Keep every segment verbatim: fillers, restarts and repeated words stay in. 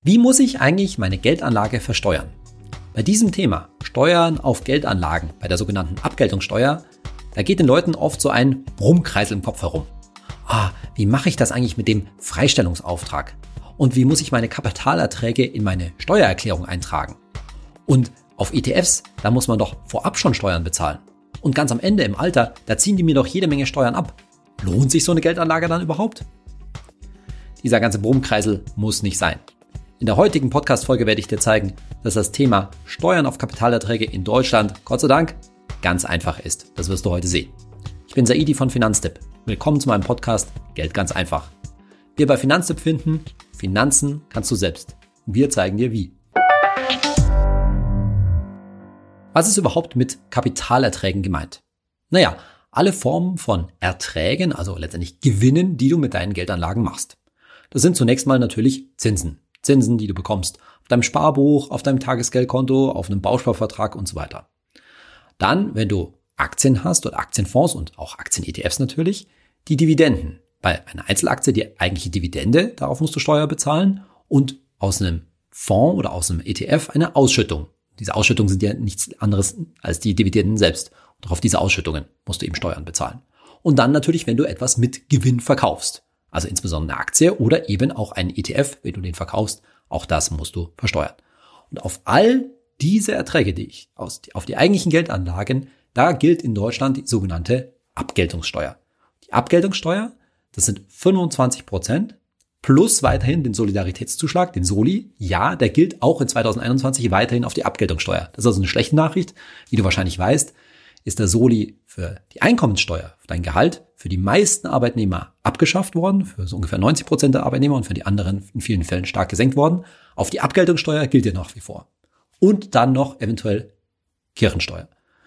Wie muss ich eigentlich meine Geldanlage versteuern? Bei diesem Thema, Steuern auf Geldanlagen, bei der sogenannten Abgeltungssteuer, da geht den Leuten oft so ein Brummkreisel im Kopf herum. Ah, wie mache ich das eigentlich mit dem Freistellungsauftrag? Und wie muss ich meine Kapitalerträge in meine Steuererklärung eintragen? Und auf E T Fs, da muss man doch vorab schon Steuern bezahlen. Und ganz am Ende im Alter, da ziehen die mir doch jede Menge Steuern ab. Lohnt sich so eine Geldanlage dann überhaupt? Dieser ganze Brummkreisel muss nicht sein. In der heutigen Podcast-Folge werde ich dir zeigen, dass das Thema Steuern auf Kapitalerträge in Deutschland, Gott sei Dank, ganz einfach ist. Das wirst du heute sehen. Ich bin Saidi von Finanztipp. Willkommen zu meinem Podcast Geld ganz einfach. Wir bei Finanztipp finden, Finanzen kannst du selbst. Und wir zeigen dir wie. Was ist überhaupt mit Kapitalerträgen gemeint? Naja, alle Formen von Erträgen, also letztendlich Gewinnen, die du mit deinen Geldanlagen machst. Das sind zunächst mal natürlich Zinsen. Zinsen, die du bekommst auf deinem Sparbuch, auf deinem Tagesgeldkonto, auf einem Bausparvertrag und so weiter. Dann, wenn du Aktien hast oder Aktienfonds und auch Aktien-E T Fs natürlich, die Dividenden. Bei einer Einzelaktie die eigentliche Dividende, darauf musst du Steuer bezahlen und aus einem Fonds oder aus einem E T F eine Ausschüttung. Diese Ausschüttungen sind ja nichts anderes als die Dividenden selbst. Und auch auf diese Ausschüttungen musst du eben Steuern bezahlen. Und dann natürlich, wenn du etwas mit Gewinn verkaufst. Also insbesondere eine Aktie oder eben auch einen E T F, wenn du den verkaufst, auch das musst du versteuern. Und auf all diese Erträge, die ich aus, auf die eigentlichen Geldanlagen, da gilt in Deutschland die sogenannte Abgeltungssteuer. Die Abgeltungssteuer, das sind fünfundzwanzig Prozent plus weiterhin den Solidaritätszuschlag, den Soli. Ja, der gilt auch in zweitausendeinundzwanzig weiterhin auf die Abgeltungssteuer. Das ist also eine schlechte Nachricht. Wie du wahrscheinlich weißt, ist der Soli für die Einkommenssteuer, für dein Gehalt, für die meisten Arbeitnehmer abgeschafft worden, für so ungefähr neunzig Prozent der Arbeitnehmer und für die anderen in vielen Fällen stark gesenkt worden. Auf die Abgeltungssteuer gilt ja nach wie vor. Und dann noch eventuell Kirchensteuer.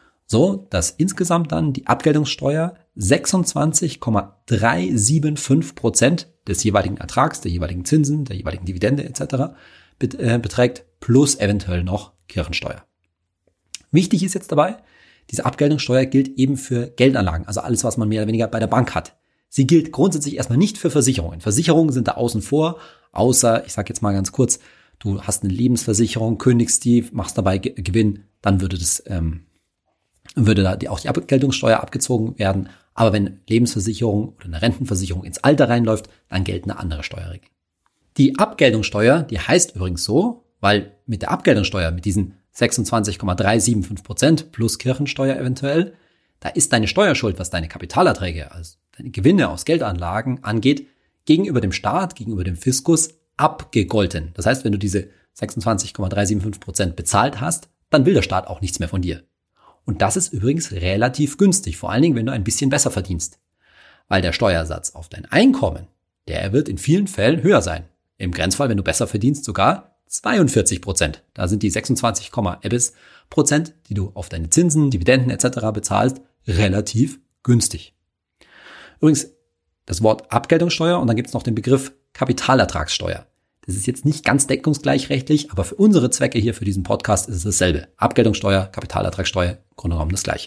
So, dass insgesamt dann die Abgeltungssteuer sechsundzwanzig Komma dreihundertfünfundsiebzig Prozent des jeweiligen Ertrags, der jeweiligen Zinsen, der jeweiligen Dividende et cetera beträgt, plus eventuell noch Kirchensteuer. Wichtig ist jetzt dabei, diese Abgeltungssteuer gilt eben für Geldanlagen, also alles, was man mehr oder weniger bei der Bank hat. Sie gilt grundsätzlich erstmal nicht für Versicherungen. Versicherungen sind da außen vor, außer, ich sage jetzt mal ganz kurz, du hast eine Lebensversicherung, kündigst die, machst dabei Gewinn, dann würde das ähm, würde da die, auch die Abgeltungssteuer abgezogen werden. Aber wenn Lebensversicherung oder eine Rentenversicherung ins Alter reinläuft, dann gelten eine andere Steuerregeln. Die Abgeltungssteuer, die heißt übrigens so, weil mit der Abgeltungssteuer, mit diesen sechsundzwanzig Komma dreihundertfünfundsiebzig Prozent plus Kirchensteuer eventuell, da ist deine Steuerschuld, was deine Kapitalerträge, also deine Gewinne aus Geldanlagen angeht, gegenüber dem Staat, gegenüber dem Fiskus abgegolten. Das heißt, wenn du diese sechsundzwanzig Komma dreihundertfünfundsiebzig Prozent bezahlt hast, dann will der Staat auch nichts mehr von dir. Und das ist übrigens relativ günstig, vor allen Dingen, wenn du ein bisschen besser verdienst. Weil der Steuersatz auf dein Einkommen, der wird in vielen Fällen höher sein. Im Grenzfall, wenn du besser verdienst, sogar zweiundvierzig Prozent. Da sind die sechsundzwanzig etwas Prozent, die du auf deine Zinsen, Dividenden et cetera bezahlst, relativ günstig. Übrigens, das Wort Abgeltungssteuer und dann gibt es noch den Begriff Kapitalertragssteuer. Das ist jetzt nicht ganz deckungsgleichrechtlich, aber für unsere Zwecke hier für diesen Podcast ist es dasselbe. Abgeltungssteuer, Kapitalertragssteuer, im Grunde genommen das Gleiche.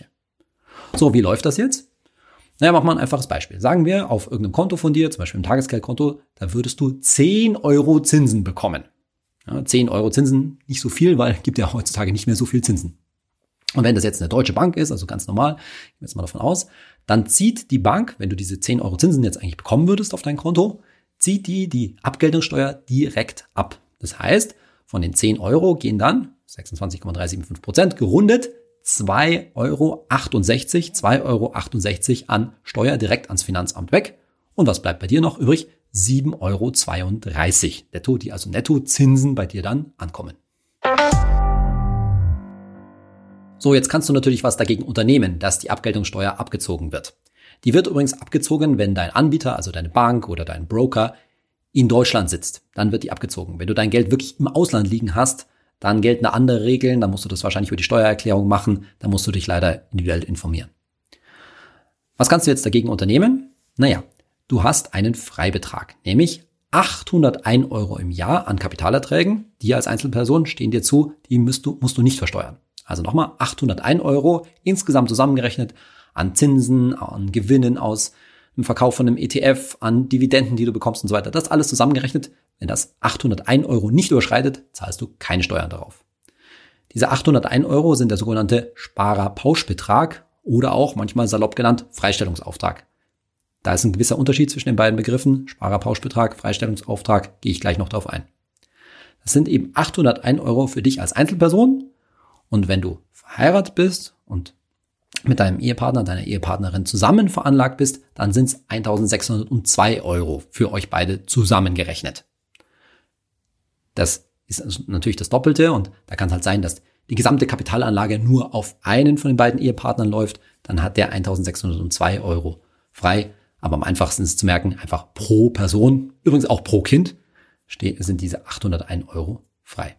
So, wie läuft das jetzt? Naja, mach mal ein einfaches Beispiel. Sagen wir, auf irgendeinem Konto von dir, zum Beispiel im Tagesgeldkonto, da würdest du zehn Euro Zinsen bekommen. Ja, zehn Euro Zinsen, nicht so viel, weil es gibt ja heutzutage nicht mehr so viel Zinsen. Und wenn das jetzt eine deutsche Bank ist, also ganz normal, gehen wir jetzt mal davon aus, dann zieht die Bank, wenn du diese zehn Euro Zinsen jetzt eigentlich bekommen würdest auf dein Konto, zieht die die Abgeltungssteuer direkt ab. Das heißt, von den zehn Euro gehen dann sechsundzwanzig Komma dreihundertfünfundsiebzig Prozent gerundet zwei Euro achtundsechzig, zwei Euro achtundsechzig an Steuer direkt ans Finanzamt weg. Und was bleibt bei dir noch übrig? sieben Euro zweiunddreißig netto, die also Nettozinsen bei dir dann ankommen. So, jetzt kannst du natürlich was dagegen unternehmen, dass die Abgeltungssteuer abgezogen wird. Die wird übrigens abgezogen, wenn dein Anbieter, also deine Bank oder dein Broker, in Deutschland sitzt. Dann wird die abgezogen. Wenn du dein Geld wirklich im Ausland liegen hast, dann gelten da andere Regeln. Dann musst du das wahrscheinlich über die Steuererklärung machen. Dann musst du dich leider individuell informieren. Was kannst du jetzt dagegen unternehmen? Naja, du hast einen Freibetrag, nämlich achthundertein Euro im Jahr an Kapitalerträgen. Die als Einzelperson stehen dir zu, die musst du, musst du nicht versteuern. Also nochmal achthundertein Euro insgesamt zusammengerechnet an Zinsen, an Gewinnen aus im Verkauf von einem E T F, an Dividenden, die du bekommst und so weiter. Das alles zusammengerechnet. Wenn das achthunderteins Euro nicht überschreitet, zahlst du keine Steuern darauf. Diese achthunderteins Euro sind der sogenannte Sparerpauschbetrag oder auch manchmal salopp genannt Freistellungsauftrag. Da ist ein gewisser Unterschied zwischen den beiden Begriffen. Sparerpauschbetrag, Freistellungsauftrag, gehe ich gleich noch darauf ein. Das sind eben achthunderteins Euro für dich als Einzelperson. Und wenn du verheiratet bist und mit deinem Ehepartner, deiner Ehepartnerin zusammen veranlagt bist, dann sind es eintausendsechshundertzwei Euro für euch beide zusammengerechnet. Das ist natürlich das Doppelte und da kann es halt sein, dass die gesamte Kapitalanlage nur auf einen von den beiden Ehepartnern läuft, dann hat der eintausendsechshundertzwei Euro frei. Aber am einfachsten ist zu merken, einfach pro Person, übrigens auch pro Kind, sind diese achthunderteins Euro frei.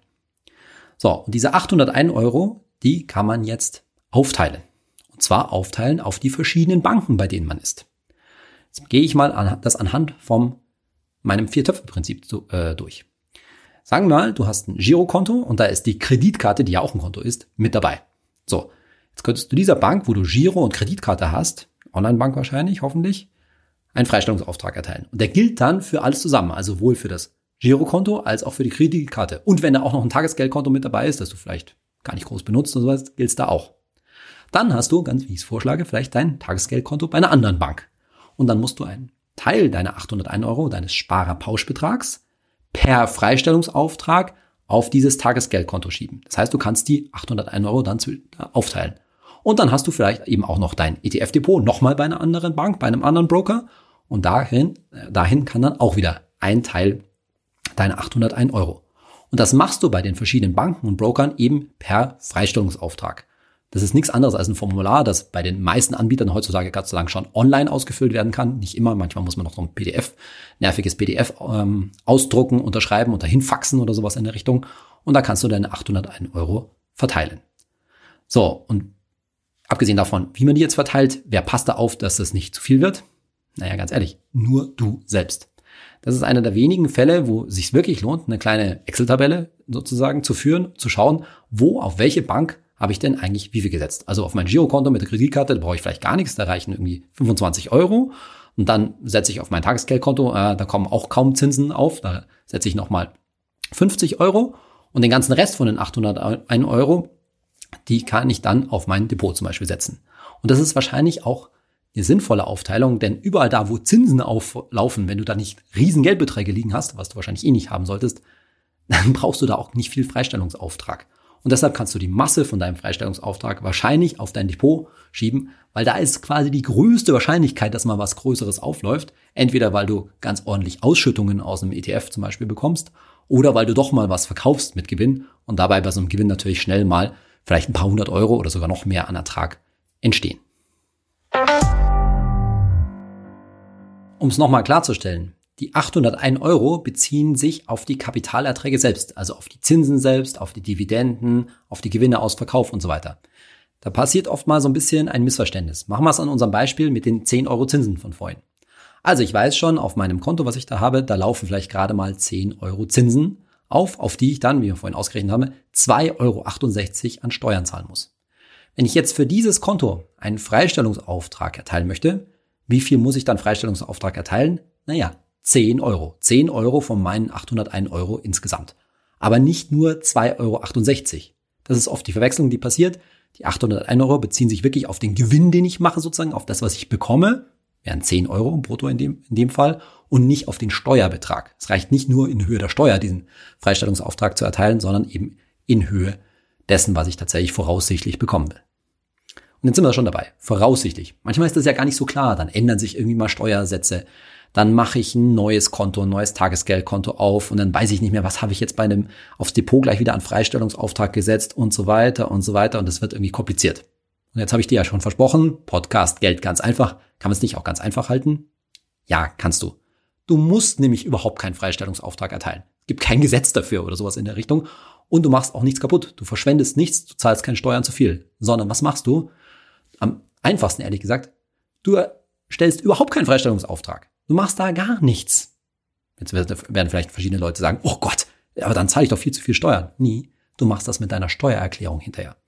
So, und diese achthunderteins Euro, die kann man jetzt aufteilen. Und zwar aufteilen auf die verschiedenen Banken, bei denen man ist. Jetzt gehe ich mal an, das anhand von meinem Vier-Töpfe-Prinzip äh, durch. Sagen wir mal, du hast ein Girokonto und da ist die Kreditkarte, die ja auch ein Konto ist, mit dabei. So, jetzt könntest du dieser Bank, wo du Giro und Kreditkarte hast, Online-Bank wahrscheinlich, hoffentlich, einen Freistellungsauftrag erteilen. Und der gilt dann für alles zusammen, also sowohl für das Girokonto als auch für die Kreditkarte. Und wenn da auch noch ein Tagesgeldkonto mit dabei ist, das du vielleicht gar nicht groß benutzt oder sowas, gilt es da auch. Dann hast du, ganz wie ich es vorschlage, vielleicht dein Tagesgeldkonto bei einer anderen Bank. Und dann musst du einen Teil deiner achthunderteins Euro, deines Sparerpauschbetrags, per Freistellungsauftrag auf dieses Tagesgeldkonto schieben. Das heißt, du kannst die achthunderteins Euro dann aufteilen. Und dann hast du vielleicht eben auch noch dein E T F-Depot nochmal bei einer anderen Bank, bei einem anderen Broker. Und dahin, dahin kann dann auch wieder ein Teil deiner achthunderteins Euro. Und das machst du bei den verschiedenen Banken und Brokern eben per Freistellungsauftrag. Das ist nichts anderes als ein Formular, das bei den meisten Anbietern heutzutage Gott sei Dank schon online ausgefüllt werden kann. Nicht immer, manchmal muss man noch so ein P D F, nerviges P D F ähm, ausdrucken, unterschreiben und dahin faxen oder sowas in der Richtung. Und da kannst du deine achthunderteins Euro verteilen. So, und abgesehen davon, wie man die jetzt verteilt, wer passt da auf, dass das nicht zu viel wird? Naja, ganz ehrlich, nur du selbst. Das ist einer der wenigen Fälle, wo es sich wirklich lohnt, eine kleine Excel-Tabelle sozusagen zu führen, zu schauen, wo, auf welche Bank habe ich denn eigentlich wie viel gesetzt. Also auf mein Girokonto mit der Kreditkarte, da brauche ich vielleicht gar nichts, da reichen irgendwie fünfundzwanzig Euro. Und dann setze ich auf mein Tagesgeldkonto, äh, da kommen auch kaum Zinsen auf, da setze ich nochmal fünfzig Euro. Und den ganzen Rest von den achthunderteins Euro, die kann ich dann auf mein Depot zum Beispiel setzen. Und das ist wahrscheinlich auch eine sinnvolle Aufteilung, denn überall da, wo Zinsen auflaufen, wenn du da nicht riesen Geldbeträge liegen hast, was du wahrscheinlich eh nicht haben solltest, dann brauchst du da auch nicht viel Freistellungsauftrag. Und deshalb kannst du die Masse von deinem Freistellungsauftrag wahrscheinlich auf dein Depot schieben, weil da ist quasi die größte Wahrscheinlichkeit, dass mal was Größeres aufläuft. Entweder weil du ganz ordentlich Ausschüttungen aus einem E T F zum Beispiel bekommst oder weil du doch mal was verkaufst mit Gewinn und dabei bei so einem Gewinn natürlich schnell mal vielleicht ein paar hundert Euro oder sogar noch mehr an Ertrag entstehen. Um es nochmal klarzustellen, die achthunderteins Euro beziehen sich auf die Kapitalerträge selbst, also auf die Zinsen selbst, auf die Dividenden, auf die Gewinne aus Verkauf und so weiter. Da passiert oft mal so ein bisschen ein Missverständnis. Machen wir es an unserem Beispiel mit den zehn Euro Zinsen von vorhin. Also ich weiß schon, auf meinem Konto, was ich da habe, da laufen vielleicht gerade mal zehn Euro Zinsen auf, auf die ich dann, wie wir vorhin ausgerechnet haben, zwei Euro achtundsechzig an Steuern zahlen muss. Wenn ich jetzt für dieses Konto einen Freistellungsauftrag erteilen möchte, wie viel muss ich dann Freistellungsauftrag erteilen? Naja, zehn Euro. zehn Euro von meinen achthunderteins Euro insgesamt. Aber nicht nur zwei Euro achtundsechzig. Das ist oft die Verwechslung, die passiert. Die achthunderteins Euro beziehen sich wirklich auf den Gewinn, den ich mache, sozusagen, auf das, was ich bekomme. Wären zehn Euro brutto in dem, in dem Fall. Und nicht auf den Steuerbetrag. Es reicht nicht nur in Höhe der Steuer, diesen Freistellungsauftrag zu erteilen, sondern eben in Höhe dessen, was ich tatsächlich voraussichtlich bekommen will. Und jetzt sind wir schon dabei. Voraussichtlich. Manchmal ist das ja gar nicht so klar. Dann ändern sich irgendwie mal Steuersätze. Dann mache ich ein neues Konto, ein neues Tagesgeldkonto auf und dann weiß ich nicht mehr, was habe ich jetzt bei einem aufs Depot gleich wieder an Freistellungsauftrag gesetzt und so weiter und so weiter. Und das wird irgendwie kompliziert. Und jetzt habe ich dir ja schon versprochen, Podcast Geld ganz einfach. Kann man es nicht auch ganz einfach halten? Ja, kannst du. Du musst nämlich überhaupt keinen Freistellungsauftrag erteilen. Es gibt kein Gesetz dafür oder sowas in der Richtung. Und du machst auch nichts kaputt. Du verschwendest nichts, du zahlst keine Steuern zu viel. Sondern was machst du? Am einfachsten, ehrlich gesagt, du stellst überhaupt keinen Freistellungsauftrag. Du machst da gar nichts. Jetzt werden vielleicht verschiedene Leute sagen, oh Gott, aber dann zahle ich doch viel zu viel Steuern. Nie. Du machst das mit deiner Steuererklärung hinterher.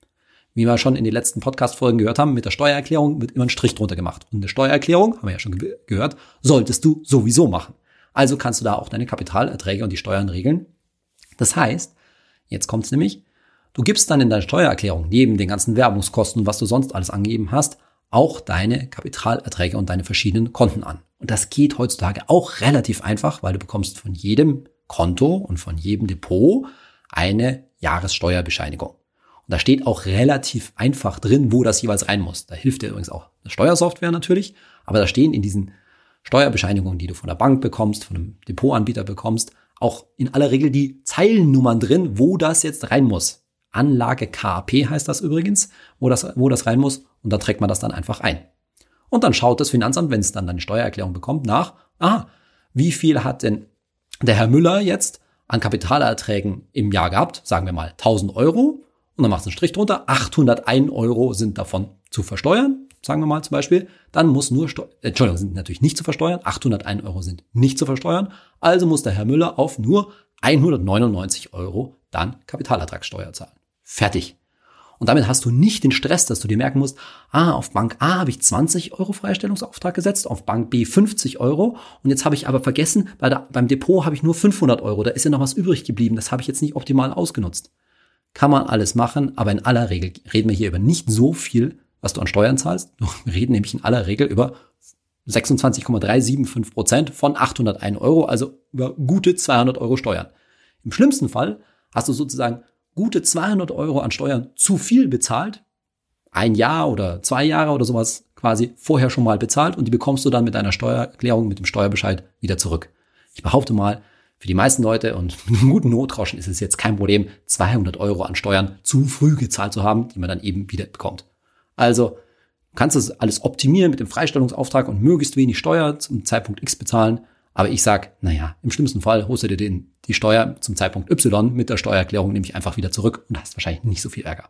wie wir schon in den letzten Podcast-Folgen gehört haben, mit der Steuererklärung wird immer ein Strich drunter gemacht. Und eine Steuererklärung, haben wir ja schon ge- gehört, solltest du sowieso machen. Also kannst du da auch deine Kapitalerträge und die Steuern regeln. Das heißt, jetzt kommt's nämlich, du gibst dann in deiner Steuererklärung neben den ganzen Werbungskosten und was du sonst alles angegeben hast, auch deine Kapitalerträge und deine verschiedenen Konten an. Und das geht heutzutage auch relativ einfach, weil du bekommst von jedem Konto und von jedem Depot eine Jahressteuerbescheinigung. Und da steht auch relativ einfach drin, wo das jeweils rein muss. Da hilft dir übrigens auch eine Steuersoftware natürlich, aber da stehen in diesen Steuerbescheinigungen, die du von der Bank bekommst, von einem Depotanbieter bekommst, auch in aller Regel die Zeilennummern drin, wo das jetzt rein muss. Anlage K A P heißt das übrigens, wo das, wo das rein muss, und da trägt man das dann einfach ein. Und dann schaut das Finanzamt, wenn es dann eine Steuererklärung bekommt, nach, ah, wie viel hat denn der Herr Müller jetzt an Kapitalerträgen im Jahr gehabt, sagen wir mal tausend Euro, und dann macht es einen Strich drunter, achthundertein Euro sind davon zu versteuern, sagen wir mal zum Beispiel, dann muss nur, Steu- äh, Entschuldigung, sind natürlich nicht zu versteuern, achthundertein Euro sind nicht zu versteuern, also muss der Herr Müller auf nur hundertneunundneunzig Euro dann Kapitalertragssteuer zahlen. Fertig. Und damit hast du nicht den Stress, dass du dir merken musst, ah, auf Bank A habe ich zwanzig Euro Freistellungsauftrag gesetzt, auf Bank B fünfzig Euro und jetzt habe ich aber vergessen, bei der, beim Depot habe ich nur fünfhundert Euro, da ist ja noch was übrig geblieben, das habe ich jetzt nicht optimal ausgenutzt. Kann man alles machen, aber in aller Regel reden wir hier über nicht so viel, was du an Steuern zahlst. Wir reden nämlich in aller Regel über sechsundzwanzig Komma drei sieben fünf Prozent von achthundertein Euro, also über gute zweihundert Euro Steuern. Im schlimmsten Fall hast du sozusagen gute zweihundert Euro an Steuern zu viel bezahlt, ein Jahr oder zwei Jahre oder sowas quasi vorher schon mal bezahlt, und die bekommst du dann mit deiner Steuererklärung, mit dem Steuerbescheid wieder zurück. Ich behaupte mal, für die meisten Leute und mit einem guten Notrauschen ist es jetzt kein Problem, zweihundert Euro an Steuern zu früh gezahlt zu haben, die man dann eben wieder bekommt. Also du kannst das alles optimieren mit dem Freistellungsauftrag und möglichst wenig Steuer zum Zeitpunkt X bezahlen. Aber ich sag, naja, im schlimmsten Fall holst du dir den, die Steuer zum Zeitpunkt Y mit der Steuererklärung nämlich einfach wieder zurück und hast wahrscheinlich nicht so viel Ärger.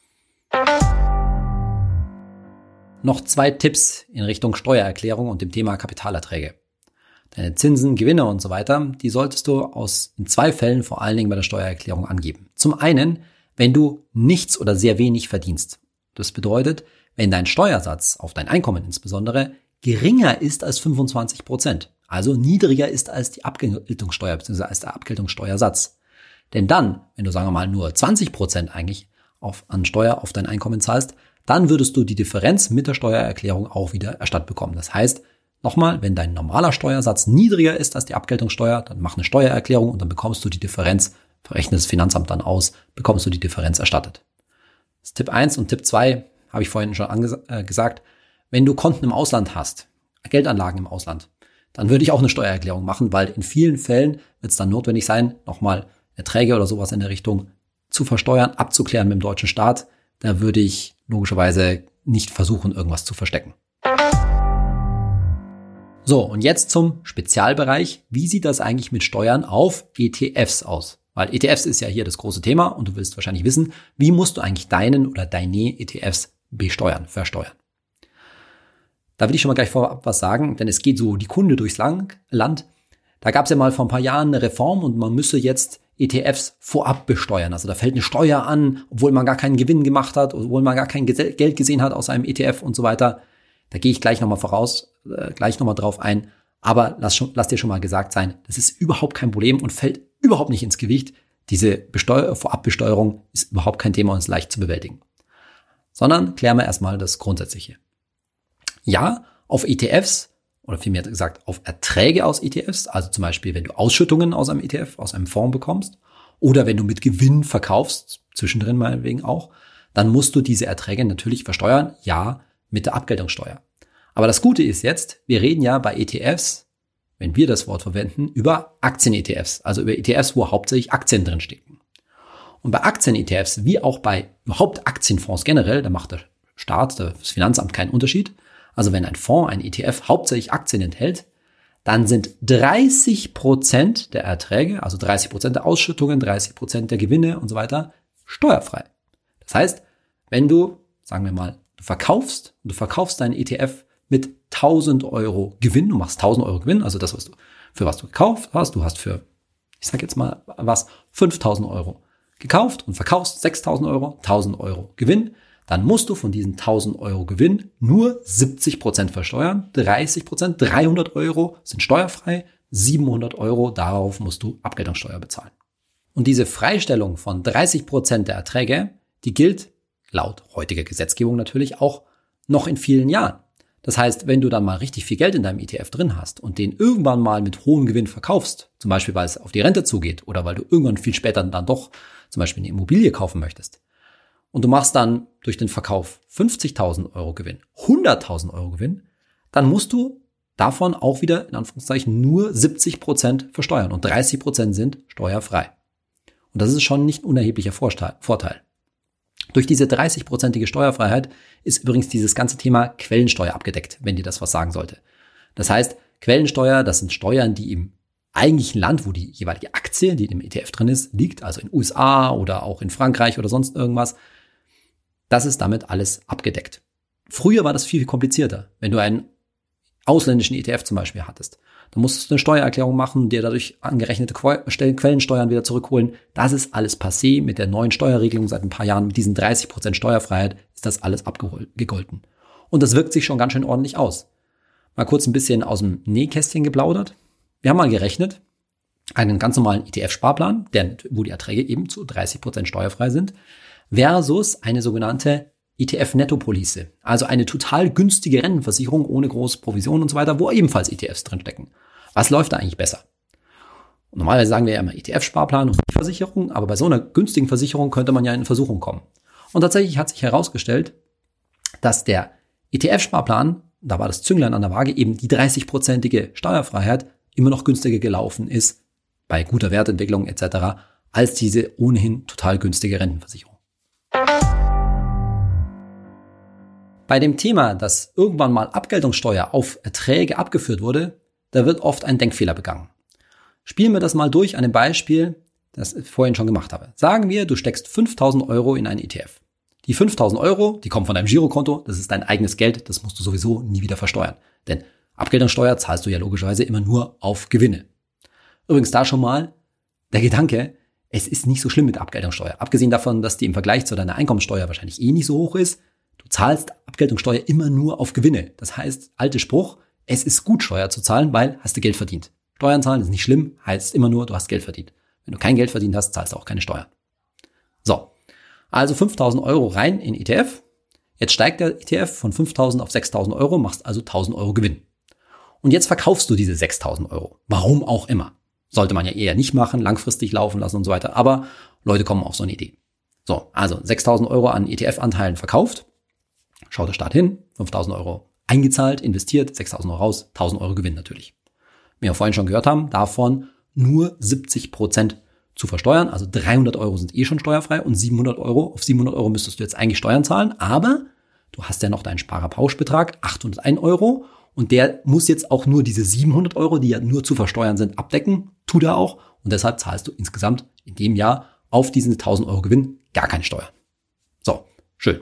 Noch zwei Tipps in Richtung Steuererklärung und dem Thema Kapitalerträge. Deine Zinsen, Gewinne und so weiter, die solltest du aus in zwei Fällen vor allen Dingen bei der Steuererklärung angeben. Zum einen, wenn du nichts oder sehr wenig verdienst. Das bedeutet, wenn dein Steuersatz auf dein Einkommen insbesondere geringer ist als fünfundzwanzig Prozent, also niedriger ist als die Abgeltungssteuer bzw. als der Abgeltungssteuersatz. Denn dann, wenn du sagen wir mal nur zwanzig Prozent eigentlich auf, an Steuer auf dein Einkommen zahlst, dann würdest du die Differenz mit der Steuererklärung auch wieder erstattet bekommen. Das heißt, nochmal, wenn dein normaler Steuersatz niedriger ist als die Abgeltungssteuer, dann mach eine Steuererklärung und dann bekommst du die Differenz, verrechnet das Finanzamt dann aus, bekommst du die Differenz erstattet. Das ist Tipp eins und Tipp zwei habe ich vorhin schon anges- äh, gesagt. Wenn du Konten im Ausland hast, Geldanlagen im Ausland, dann würde ich auch eine Steuererklärung machen, weil in vielen Fällen wird es dann notwendig sein, nochmal Erträge oder sowas in der Richtung zu versteuern, abzuklären mit dem deutschen Staat. Da würde ich logischerweise nicht versuchen, irgendwas zu verstecken. So, und jetzt zum Spezialbereich. Wie sieht das eigentlich mit Steuern auf E T Fs aus? Weil E T Fs ist ja hier das große Thema und du willst wahrscheinlich wissen, wie musst du eigentlich deinen oder deine E T Fs besteuern, versteuern? Da will ich schon mal gleich vorab was sagen, denn es geht so die Kunde durchs Land. Da gab es ja mal vor ein paar Jahren eine Reform und man müsse jetzt E T Fs vorab besteuern. Also da fällt eine Steuer an, obwohl man gar keinen Gewinn gemacht hat, obwohl man gar kein Geld gesehen hat aus einem E T F und so weiter. Da gehe ich gleich nochmal voraus, äh, gleich nochmal drauf ein. Aber lass, schon, lass dir schon mal gesagt sein, das ist überhaupt kein Problem und fällt überhaupt nicht ins Gewicht. Diese Besteuer- Vorabbesteuerung ist überhaupt kein Thema und ist leicht zu bewältigen. Sondern klären wir erstmal das Grundsätzliche. Ja, auf E T Fs, oder vielmehr gesagt auf Erträge aus E T Fs, also zum Beispiel, wenn du Ausschüttungen aus einem E T F, aus einem Fonds bekommst, oder wenn du mit Gewinn verkaufst, zwischendrin meinetwegen auch, dann musst du diese Erträge natürlich versteuern, ja, mit der Abgeltungssteuer. Aber das Gute ist jetzt, wir reden ja bei E T Fs, wenn wir das Wort verwenden, über Aktien-E T Fs, also über E T Fs, wo hauptsächlich Aktien drin stecken. Und bei Aktien-E T Fs, wie auch bei überhaupt Aktienfonds generell, da macht der Staat, das Finanzamt keinen Unterschied. Also wenn ein Fonds, ein E T F hauptsächlich Aktien enthält, dann sind dreißig Prozent der Erträge, also dreißig Prozent der Ausschüttungen, dreißig Prozent der Gewinne und so weiter, steuerfrei. Das heißt, wenn du, sagen wir mal, du verkaufst und du verkaufst deinen E T F mit tausend Euro Gewinn, du machst tausend Euro Gewinn, also das, was du, für was du gekauft hast, du hast für, ich sag jetzt mal was, fünftausend Euro gekauft und verkaufst sechstausend Euro, tausend Euro Gewinn, dann musst du von diesen tausend Euro Gewinn nur siebzig Prozent versteuern, dreißig Prozent, dreihundert Euro sind steuerfrei, siebenhundert Euro, darauf musst du Abgeltungssteuer bezahlen. Und diese Freistellung von dreißig Prozent der Erträge, die gilt laut heutiger Gesetzgebung natürlich auch noch in vielen Jahren. Das heißt, wenn du dann mal richtig viel Geld in deinem E T F drin hast und den irgendwann mal mit hohem Gewinn verkaufst, zum Beispiel weil es auf die Rente zugeht oder weil du irgendwann viel später dann doch zum Beispiel eine Immobilie kaufen möchtest und du machst dann durch den Verkauf fünfzigtausend Euro Gewinn, hunderttausend Euro Gewinn, dann musst du davon auch wieder in Anführungszeichen nur siebzig Prozent versteuern und dreißig Prozent sind steuerfrei. Und das ist schon ein nicht unerheblicher Vorteil. Durch diese dreißig-prozentige Steuerfreiheit ist übrigens dieses ganze Thema Quellensteuer abgedeckt, wenn dir das was sagen sollte. Das heißt, Quellensteuer, das sind Steuern, die im eigentlichen Land, wo die jeweilige Aktie, die im E T F drin ist, liegt, also in den U S A oder auch in Frankreich oder sonst irgendwas, das ist damit alles abgedeckt. Früher war das viel, viel komplizierter. Wenn du einen ausländischen E T F zum Beispiel hattest, dann musstest du eine Steuererklärung machen, dir dadurch angerechnete Quellensteuern wieder zurückholen. Das ist alles passé. Mit der neuen Steuerregelung seit ein paar Jahren, mit diesen dreißig Prozent Steuerfreiheit, ist das alles abgegolten. Und das wirkt sich schon ganz schön ordentlich aus. Mal kurz ein bisschen aus dem Nähkästchen geplaudert. Wir haben mal gerechnet, einen ganz normalen E T F-Sparplan, der, wo die Erträge eben zu dreißig Prozent steuerfrei sind, versus eine sogenannte E T F-Netto-Police, also eine total günstige Rentenversicherung ohne große Provision und so weiter, wo ebenfalls E T Fs drinstecken. Was läuft da eigentlich besser? Und normalerweise sagen wir ja immer E T F-Sparplan und Versicherung, aber bei so einer günstigen Versicherung könnte man ja in Versuchung kommen. Und tatsächlich hat sich herausgestellt, dass der E T F-Sparplan, da war das Zünglein an der Waage, eben die dreißig-prozentige Steuerfreiheit immer noch günstiger gelaufen ist, bei guter Wertentwicklung et cetera, als diese ohnehin total günstige Rentenversicherung. Bei dem Thema, dass irgendwann mal Abgeltungssteuer auf Erträge abgeführt wurde, da wird oft ein Denkfehler begangen. Spielen wir das mal durch an dem Beispiel, das ich vorhin schon gemacht habe. Sagen wir, du steckst fünftausend Euro in einen E T F. Die fünftausend Euro, die kommen von deinem Girokonto, das ist dein eigenes Geld, das musst du sowieso nie wieder versteuern. Denn Abgeltungssteuer zahlst du ja logischerweise immer nur auf Gewinne. Übrigens da schon mal der Gedanke, es ist nicht so schlimm mit Abgeltungssteuer. Abgesehen davon, dass die im Vergleich zu deiner Einkommensteuer wahrscheinlich eh nicht so hoch ist, du zahlst Abgeltungssteuer immer nur auf Gewinne. Das heißt, alter Spruch, es ist gut, Steuer zu zahlen, weil hast du Geld verdient. Steuern zahlen ist nicht schlimm, heißt immer nur, du hast Geld verdient. Wenn du kein Geld verdient hast, zahlst du auch keine Steuern. So, also fünftausend Euro rein in E T F. Jetzt steigt der E T F von fünftausend auf sechstausend Euro, machst also tausend Euro Gewinn. Und jetzt verkaufst du diese sechstausend Euro. Warum auch immer. Sollte man ja eher nicht machen, langfristig laufen lassen und so weiter. Aber Leute kommen auf so eine Idee. So, also sechstausend Euro an E T F-Anteilen verkauft. Schaut der Staat hin, fünftausend Euro eingezahlt, investiert, sechstausend Euro raus, tausend Euro Gewinn natürlich. Wie wir vorhin schon gehört haben, davon nur siebzig Prozent zu versteuern. Also dreihundert Euro sind eh schon steuerfrei und siebenhundert Euro, auf siebenhundert Euro müsstest du jetzt eigentlich Steuern zahlen. Aber du hast ja noch deinen Sparerpauschbetrag, achthunderteins Euro. Und der muss jetzt auch nur diese siebenhundert Euro, die ja nur zu versteuern sind, abdecken. Tut er auch. Und deshalb zahlst du insgesamt in dem Jahr auf diesen tausend Euro Gewinn gar keine Steuern. So, schön.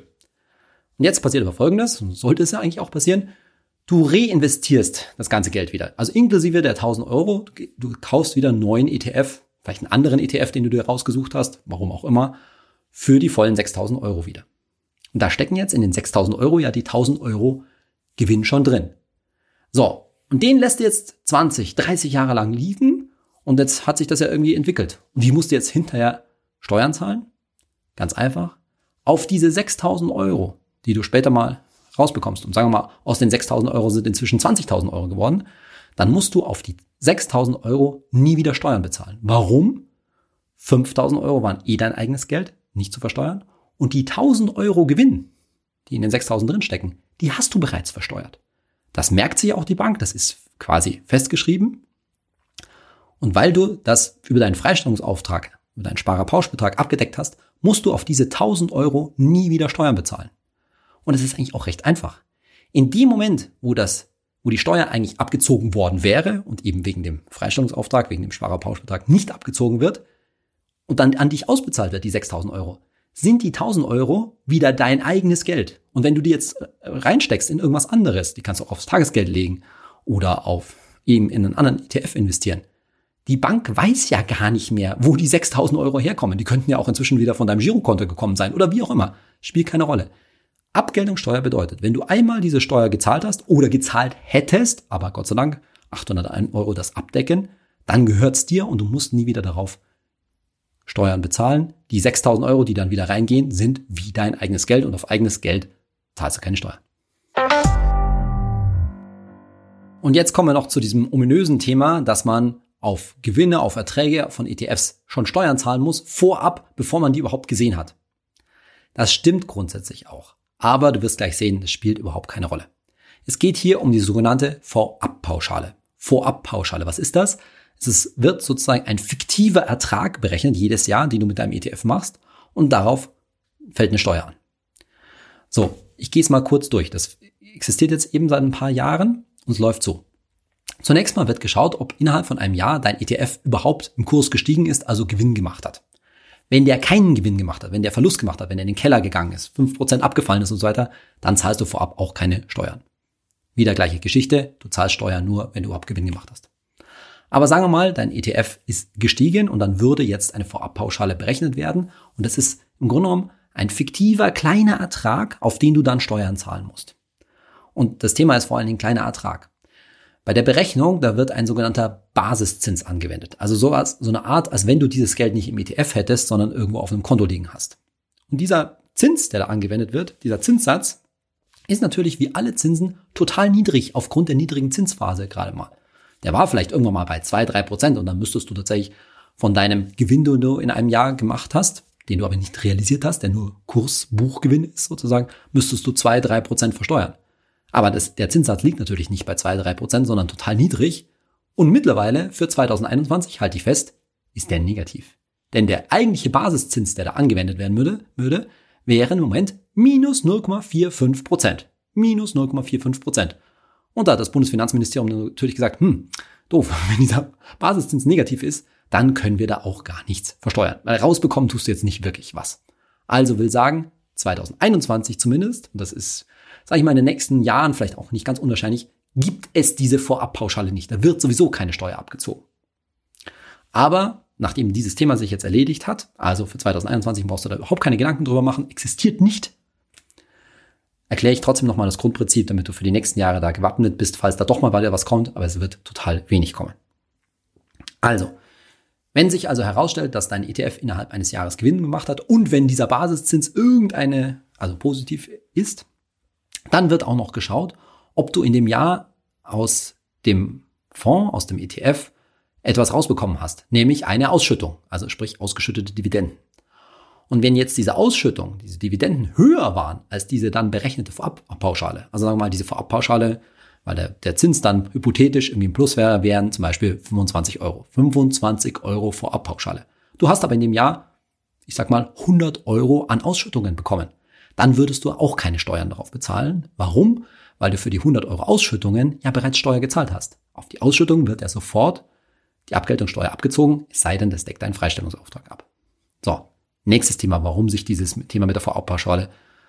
Und jetzt passiert aber Folgendes, und sollte es ja eigentlich auch passieren, du reinvestierst das ganze Geld wieder. Also inklusive der tausend Euro, du kaufst wieder einen neuen E T F, vielleicht einen anderen E T F, den du dir rausgesucht hast, warum auch immer, für die vollen sechstausend Euro wieder. Und da stecken jetzt in den sechstausend Euro ja die tausend Euro Gewinn schon drin. So, und den lässt du jetzt zwanzig, dreißig Jahre lang liegen und jetzt hat sich das ja irgendwie entwickelt. Und wie musst du jetzt hinterher Steuern zahlen? Ganz einfach. Auf diese sechstausend Euro, die du später mal rausbekommst, und sagen wir mal, aus den sechstausend Euro sind inzwischen zwanzigtausend Euro geworden, dann musst du auf die sechstausend Euro nie wieder Steuern bezahlen. Warum? fünftausend Euro waren eh dein eigenes Geld, nicht zu versteuern. Und die tausend Euro Gewinn, die in den sechstausend drinstecken, die hast du bereits versteuert. Das merkt sich auch die Bank, das ist quasi festgeschrieben. Und weil du das über deinen Freistellungsauftrag, über deinen Sparerpauschbetrag abgedeckt hast, musst du auf diese tausend Euro nie wieder Steuern bezahlen. Und es ist eigentlich auch recht einfach. In dem Moment, wo das, wo die Steuer eigentlich abgezogen worden wäre und eben wegen dem Freistellungsauftrag, wegen dem Sparerpauschbetrag nicht abgezogen wird und dann an dich ausbezahlt wird, die sechstausend Euro, sind die tausend Euro wieder dein eigenes Geld. Und wenn du die jetzt reinsteckst in irgendwas anderes, die kannst du auch aufs Tagesgeld legen oder auf eben in einen anderen E T F investieren. Die Bank weiß ja gar nicht mehr, wo die sechstausend Euro herkommen. Die könnten ja auch inzwischen wieder von deinem Girokonto gekommen sein oder wie auch immer. Spielt keine Rolle. Abgeltungssteuer bedeutet, wenn du einmal diese Steuer gezahlt hast oder gezahlt hättest, aber Gott sei Dank achthundertein Euro das abdecken, dann gehört's dir und du musst nie wieder darauf Steuern bezahlen. Die sechstausend Euro, die dann wieder reingehen, sind wie dein eigenes Geld und auf eigenes Geld zahlst du keine Steuern. Und jetzt kommen wir noch zu diesem ominösen Thema, dass man auf Gewinne, auf Erträge von E T Fs schon Steuern zahlen muss, vorab, bevor man die überhaupt gesehen hat. Das stimmt grundsätzlich auch. Aber du wirst gleich sehen, das spielt überhaupt keine Rolle. Es geht hier um die sogenannte Vorabpauschale. Vorabpauschale, was ist das? Es ist, wird sozusagen ein fiktiver Ertrag berechnet jedes Jahr, den du mit deinem E T F machst, und darauf fällt eine Steuer an. So, ich gehe es mal kurz durch. Das existiert jetzt eben seit ein paar Jahren und es läuft so. Zunächst mal wird geschaut, ob innerhalb von einem Jahr dein E T F überhaupt im Kurs gestiegen ist, also Gewinn gemacht hat. Wenn der keinen Gewinn gemacht hat, wenn der Verlust gemacht hat, wenn er in den Keller gegangen ist, fünf Prozent abgefallen ist und so weiter, dann zahlst du vorab auch keine Steuern. Wieder gleiche Geschichte, du zahlst Steuern nur, wenn du überhaupt Gewinn gemacht hast. Aber sagen wir mal, dein E T F ist gestiegen und dann würde jetzt eine Vorabpauschale berechnet werden und das ist im Grunde genommen ein fiktiver kleiner Ertrag, auf den du dann Steuern zahlen musst. Und das Thema ist vor allen Dingen kleiner Ertrag. Bei der Berechnung, da wird ein sogenannter Basiszins angewendet. Also sowas, so eine Art, als wenn du dieses Geld nicht im E T F hättest, sondern irgendwo auf einem Konto liegen hast. Und dieser Zins, der da angewendet wird, dieser Zinssatz, ist natürlich wie alle Zinsen total niedrig aufgrund der niedrigen Zinsphase gerade mal. Der war vielleicht irgendwann mal bei zwei, drei Prozent und dann müsstest du tatsächlich von deinem Gewinn, den du in einem Jahr gemacht hast, den du aber nicht realisiert hast, der nur Kursbuchgewinn ist sozusagen, müsstest du zwei, drei Prozent versteuern. Aber das, der Zinssatz liegt natürlich nicht bei zwei, drei Prozent, sondern total niedrig. Und mittlerweile für zweitausendeinundzwanzig, halte ich fest, ist der negativ. Denn der eigentliche Basiszins, der da angewendet werden würde, würde wäre im Moment minus null Komma fünfundvierzig Prozent. Minus null Komma fünfundvierzig Prozent. Und da hat das Bundesfinanzministerium natürlich gesagt, hm, doof, wenn dieser Basiszins negativ ist, dann können wir da auch gar nichts versteuern. Weil rausbekommen tust du jetzt nicht wirklich was. Also will sagen, zweitausendeinundzwanzig zumindest, und das ist, sage ich mal, in den nächsten Jahren vielleicht auch nicht ganz unwahrscheinlich, gibt es diese Vorabpauschale nicht. Da wird sowieso keine Steuer abgezogen. Aber nachdem dieses Thema sich jetzt erledigt hat, also für zweitausendeinundzwanzig brauchst du da überhaupt keine Gedanken drüber machen, existiert nicht, erkläre ich trotzdem nochmal das Grundprinzip, damit du für die nächsten Jahre da gewappnet bist, falls da doch mal weiter was kommt, aber es wird total wenig kommen. Also, wenn sich also herausstellt, dass dein E T F innerhalb eines Jahres Gewinn gemacht hat und wenn dieser Basiszins irgendeine, also positiv ist, dann wird auch noch geschaut, ob du in dem Jahr aus dem Fonds, aus dem E T F, etwas rausbekommen hast, nämlich eine Ausschüttung, also sprich ausgeschüttete Dividenden. Und wenn jetzt diese Ausschüttung, diese Dividenden höher waren als diese dann berechnete Vorabpauschale, also sagen wir mal diese Vorabpauschale, weil der, der Zins dann hypothetisch irgendwie im Plus wäre, wären zum Beispiel fünfundzwanzig Euro. fünfundzwanzig Euro Vorabpauschale. Du hast aber in dem Jahr, ich sag mal, hundert Euro an Ausschüttungen bekommen. Dann würdest du auch keine Steuern darauf bezahlen. Warum? Weil du für die hundert Euro Ausschüttungen ja bereits Steuer gezahlt hast. Auf die Ausschüttung wird ja sofort die Abgeltungssteuer abgezogen, es sei denn, das deckt deinen Freistellungsauftrag ab. So, nächstes Thema, warum sich dieses Thema mit der Vorabpauschale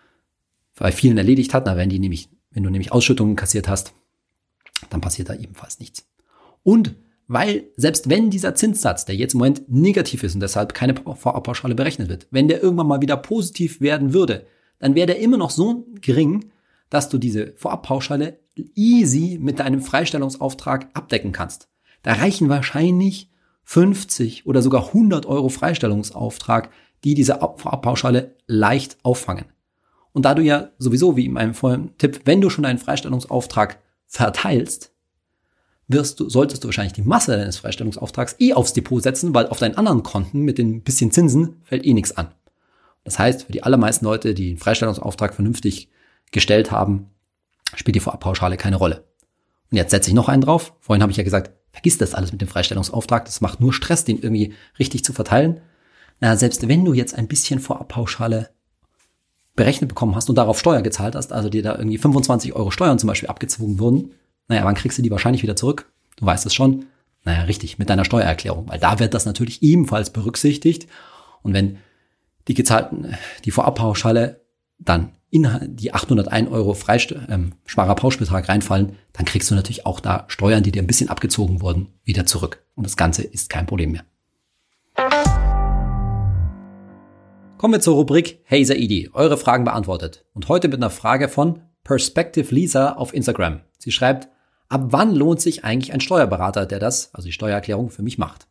bei vielen erledigt hat. Na, wenn die nämlich, wenn du nämlich Ausschüttungen kassiert hast, dann passiert da ebenfalls nichts. Und weil selbst wenn dieser Zinssatz, der jetzt im Moment negativ ist und deshalb keine Vorabpauschale berechnet wird, wenn der irgendwann mal wieder positiv werden würde, dann wäre der immer noch so gering, dass du diese Vorabpauschale easy mit deinem Freistellungsauftrag abdecken kannst. Da reichen wahrscheinlich fünfzig oder sogar hundert Euro Freistellungsauftrag, die diese Vorabpauschale leicht auffangen. Und da du ja sowieso, wie in meinem vorigen Tipp, wenn du schon einen Freistellungsauftrag verteilst, wirst du, solltest du wahrscheinlich die Masse deines Freistellungsauftrags eh aufs Depot setzen, weil auf deinen anderen Konten mit den bisschen Zinsen fällt eh nichts an. Das heißt, für die allermeisten Leute, die einen Freistellungsauftrag vernünftig gestellt haben, spielt die Vorabpauschale keine Rolle. Und jetzt setze ich noch einen drauf. Vorhin habe ich ja gesagt, vergiss das alles mit dem Freistellungsauftrag. Das macht nur Stress, den irgendwie richtig zu verteilen. Na, selbst wenn du jetzt ein bisschen Vorabpauschale berechnet bekommen hast und darauf Steuer gezahlt hast, also dir da irgendwie fünfundzwanzig Euro Steuern zum Beispiel abgezogen wurden, naja, wann kriegst du die wahrscheinlich wieder zurück? Du weißt es schon. Naja, richtig, mit deiner Steuererklärung, weil da wird das natürlich ebenfalls berücksichtigt. Und wenn die gezahlten, die Vorabpauschale dann in die achthundertein Euro Freist- ähm, schwacher Pauschbetrag reinfallen, dann kriegst du natürlich auch da Steuern, die dir ein bisschen abgezogen wurden, wieder zurück. Und das Ganze ist kein Problem mehr. Kommen wir zur Rubrik Hey Saidi, eure Fragen beantwortet. Und heute mit einer Frage von Perspective Lisa auf Instagram. Sie schreibt, ab wann lohnt sich eigentlich ein Steuerberater, der das, also die Steuererklärung, für mich macht?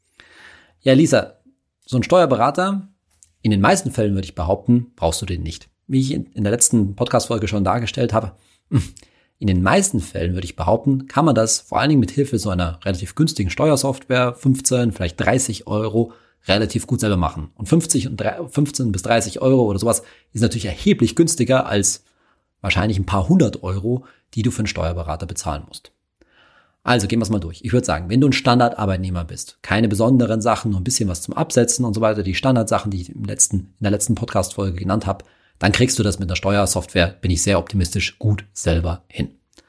Ja, Lisa, so ein Steuerberater, in den meisten Fällen würde ich behaupten, brauchst du den nicht. Wie ich in der letzten Podcast-Folge schon dargestellt habe, in den meisten Fällen würde ich behaupten, kann man das vor allen Dingen mit Hilfe so einer relativ günstigen Steuersoftware, fünfzehn, vielleicht dreißig Euro, relativ gut selber machen. Und fünfzig und fünfzehn bis dreißig Euro oder sowas ist natürlich erheblich günstiger als wahrscheinlich ein paar hundert Euro, die du für einen Steuerberater bezahlen musst. Also gehen wir es mal durch. Ich würde sagen, wenn du ein Standardarbeitnehmer bist, keine besonderen Sachen, nur ein bisschen was zum Absetzen und so weiter, die Standardsachen, die ich im letzten, in der letzten Podcast-Folge genannt habe, dann kriegst du das mit einer Steuersoftware, bin ich sehr optimistisch, gut selber hin.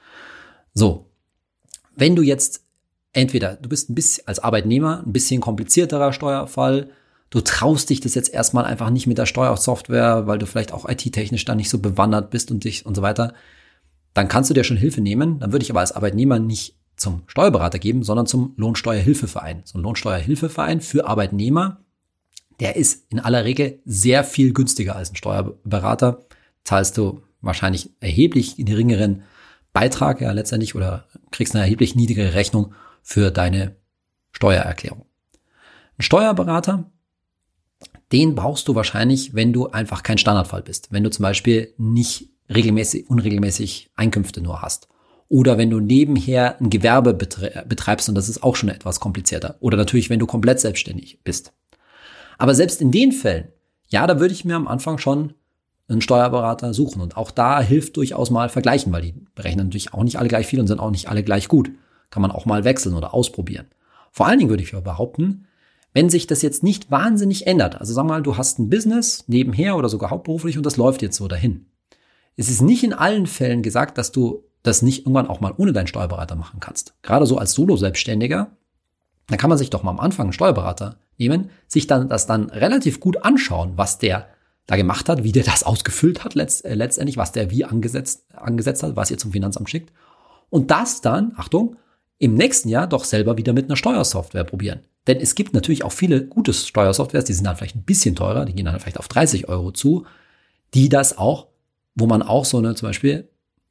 So, wenn du jetzt entweder, du bist ein bisschen als Arbeitnehmer, ein bisschen komplizierterer Steuerfall, du traust dich das jetzt erstmal einfach nicht mit der Steuersoftware, weil du vielleicht auch I T-technisch da nicht so bewandert bist und dich und so weiter, dann kannst du dir schon Hilfe nehmen. Dann würde ich aber als Arbeitnehmer nicht zum Steuerberater geben, sondern zum Lohnsteuerhilfeverein. So ein Lohnsteuerhilfeverein für Arbeitnehmer, der ist in aller Regel sehr viel günstiger als ein Steuerberater. Zahlst du wahrscheinlich erheblich geringeren Beitrag, ja letztendlich, oder kriegst eine erheblich niedrigere Rechnung für deine Steuererklärung. Ein Steuerberater, den brauchst du wahrscheinlich, wenn du einfach kein Standardfall bist. Wenn du zum Beispiel nicht regelmäßig, unregelmäßig Einkünfte nur hast. Oder wenn du nebenher ein Gewerbe betreibst, und das ist auch schon etwas komplizierter. Oder natürlich, wenn du komplett selbstständig bist. Aber selbst in den Fällen, ja, da würde ich mir am Anfang schon einen Steuerberater suchen. Und auch da hilft durchaus mal vergleichen, weil die berechnen natürlich auch nicht alle gleich viel und sind auch nicht alle gleich gut. Kann man auch mal wechseln oder ausprobieren. Vor allen Dingen würde ich aber behaupten, wenn sich das jetzt nicht wahnsinnig ändert, also sag mal, du hast ein Business nebenher oder sogar hauptberuflich und das läuft jetzt so dahin. Es ist nicht in allen Fällen gesagt, dass du das nicht irgendwann auch mal ohne deinen Steuerberater machen kannst. Gerade so als Solo-Selbstständiger, da kann man sich doch mal am Anfang einen Steuerberater nehmen, sich dann das dann relativ gut anschauen, was der da gemacht hat, wie der das ausgefüllt hat letzt, äh, letztendlich, was der wie angesetzt, angesetzt hat, was ihr zum Finanzamt schickt. Und das dann, Achtung, im nächsten Jahr doch selber wieder mit einer Steuersoftware probieren. Denn es gibt natürlich auch viele gute Steuersoftwares, die sind dann vielleicht ein bisschen teurer, die gehen dann vielleicht auf dreißig Euro zu, die das auch, wo man auch so eine zum Beispiel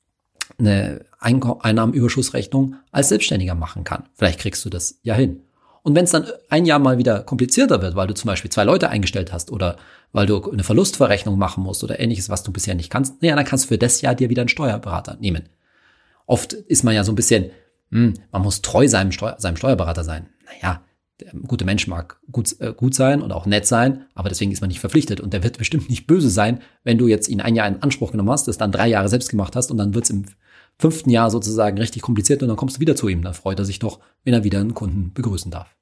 eine Einnahmenüberschussrechnung als Selbstständiger machen kann. Vielleicht kriegst du das ja hin. Und wenn es dann ein Jahr mal wieder komplizierter wird, weil du zum Beispiel zwei Leute eingestellt hast oder weil du eine Verlustverrechnung machen musst oder ähnliches, was du bisher nicht kannst, naja, dann kannst du für das Jahr dir wieder einen Steuerberater nehmen. Oft ist man ja so ein bisschen, hm, man muss treu seinem, Steu- seinem Steuerberater sein. Naja, der gute Mensch mag gut, äh, gut sein und auch nett sein, aber deswegen ist man nicht verpflichtet. Und der wird bestimmt nicht böse sein, wenn du jetzt ihn ein Jahr in Anspruch genommen hast, das dann drei Jahre selbst gemacht hast und dann wird's im fünften Jahr sozusagen richtig kompliziert und dann kommst du wieder zu ihm. Dann freut er sich doch, wenn er wieder einen Kunden begrüßen darf.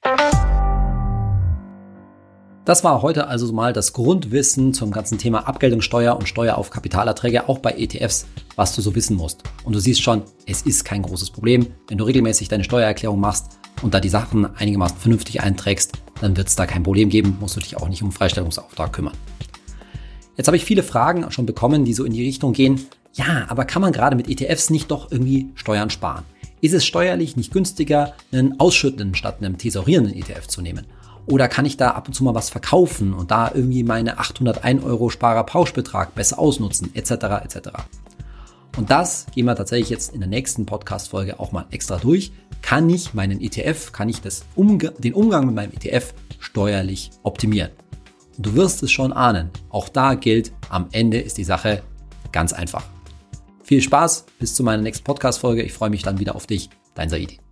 Das war heute also mal das Grundwissen zum ganzen Thema Abgeltungssteuer und Steuer auf Kapitalerträge, auch bei E T Fs, was du so wissen musst. Und du siehst schon, es ist kein großes Problem. Wenn du regelmäßig deine Steuererklärung machst und da die Sachen einigermaßen vernünftig einträgst, dann wird es da kein Problem geben, musst du dich auch nicht um Freistellungsauftrag kümmern. Jetzt habe ich viele Fragen schon bekommen, die so in die Richtung gehen, ja, aber kann man gerade mit E T Fs nicht doch irgendwie Steuern sparen? Ist es steuerlich nicht günstiger, einen ausschüttenden statt einem tesorierenden E T F zu nehmen? Oder kann ich da ab und zu mal was verkaufen und da irgendwie meine achthundertein Euro Sparerpauschbetrag besser ausnutzen, et cetera et cetera. Und das gehen wir tatsächlich jetzt in der nächsten Podcast-Folge auch mal extra durch. Kann ich meinen E T F, kann ich das Umg- den Umgang mit meinem E T F steuerlich optimieren? Und du wirst es schon ahnen. Auch da gilt, am Ende ist die Sache ganz einfach. Viel Spaß, bis zu meiner nächsten Podcast-Folge. Ich freue mich dann wieder auf dich. Dein Saidi.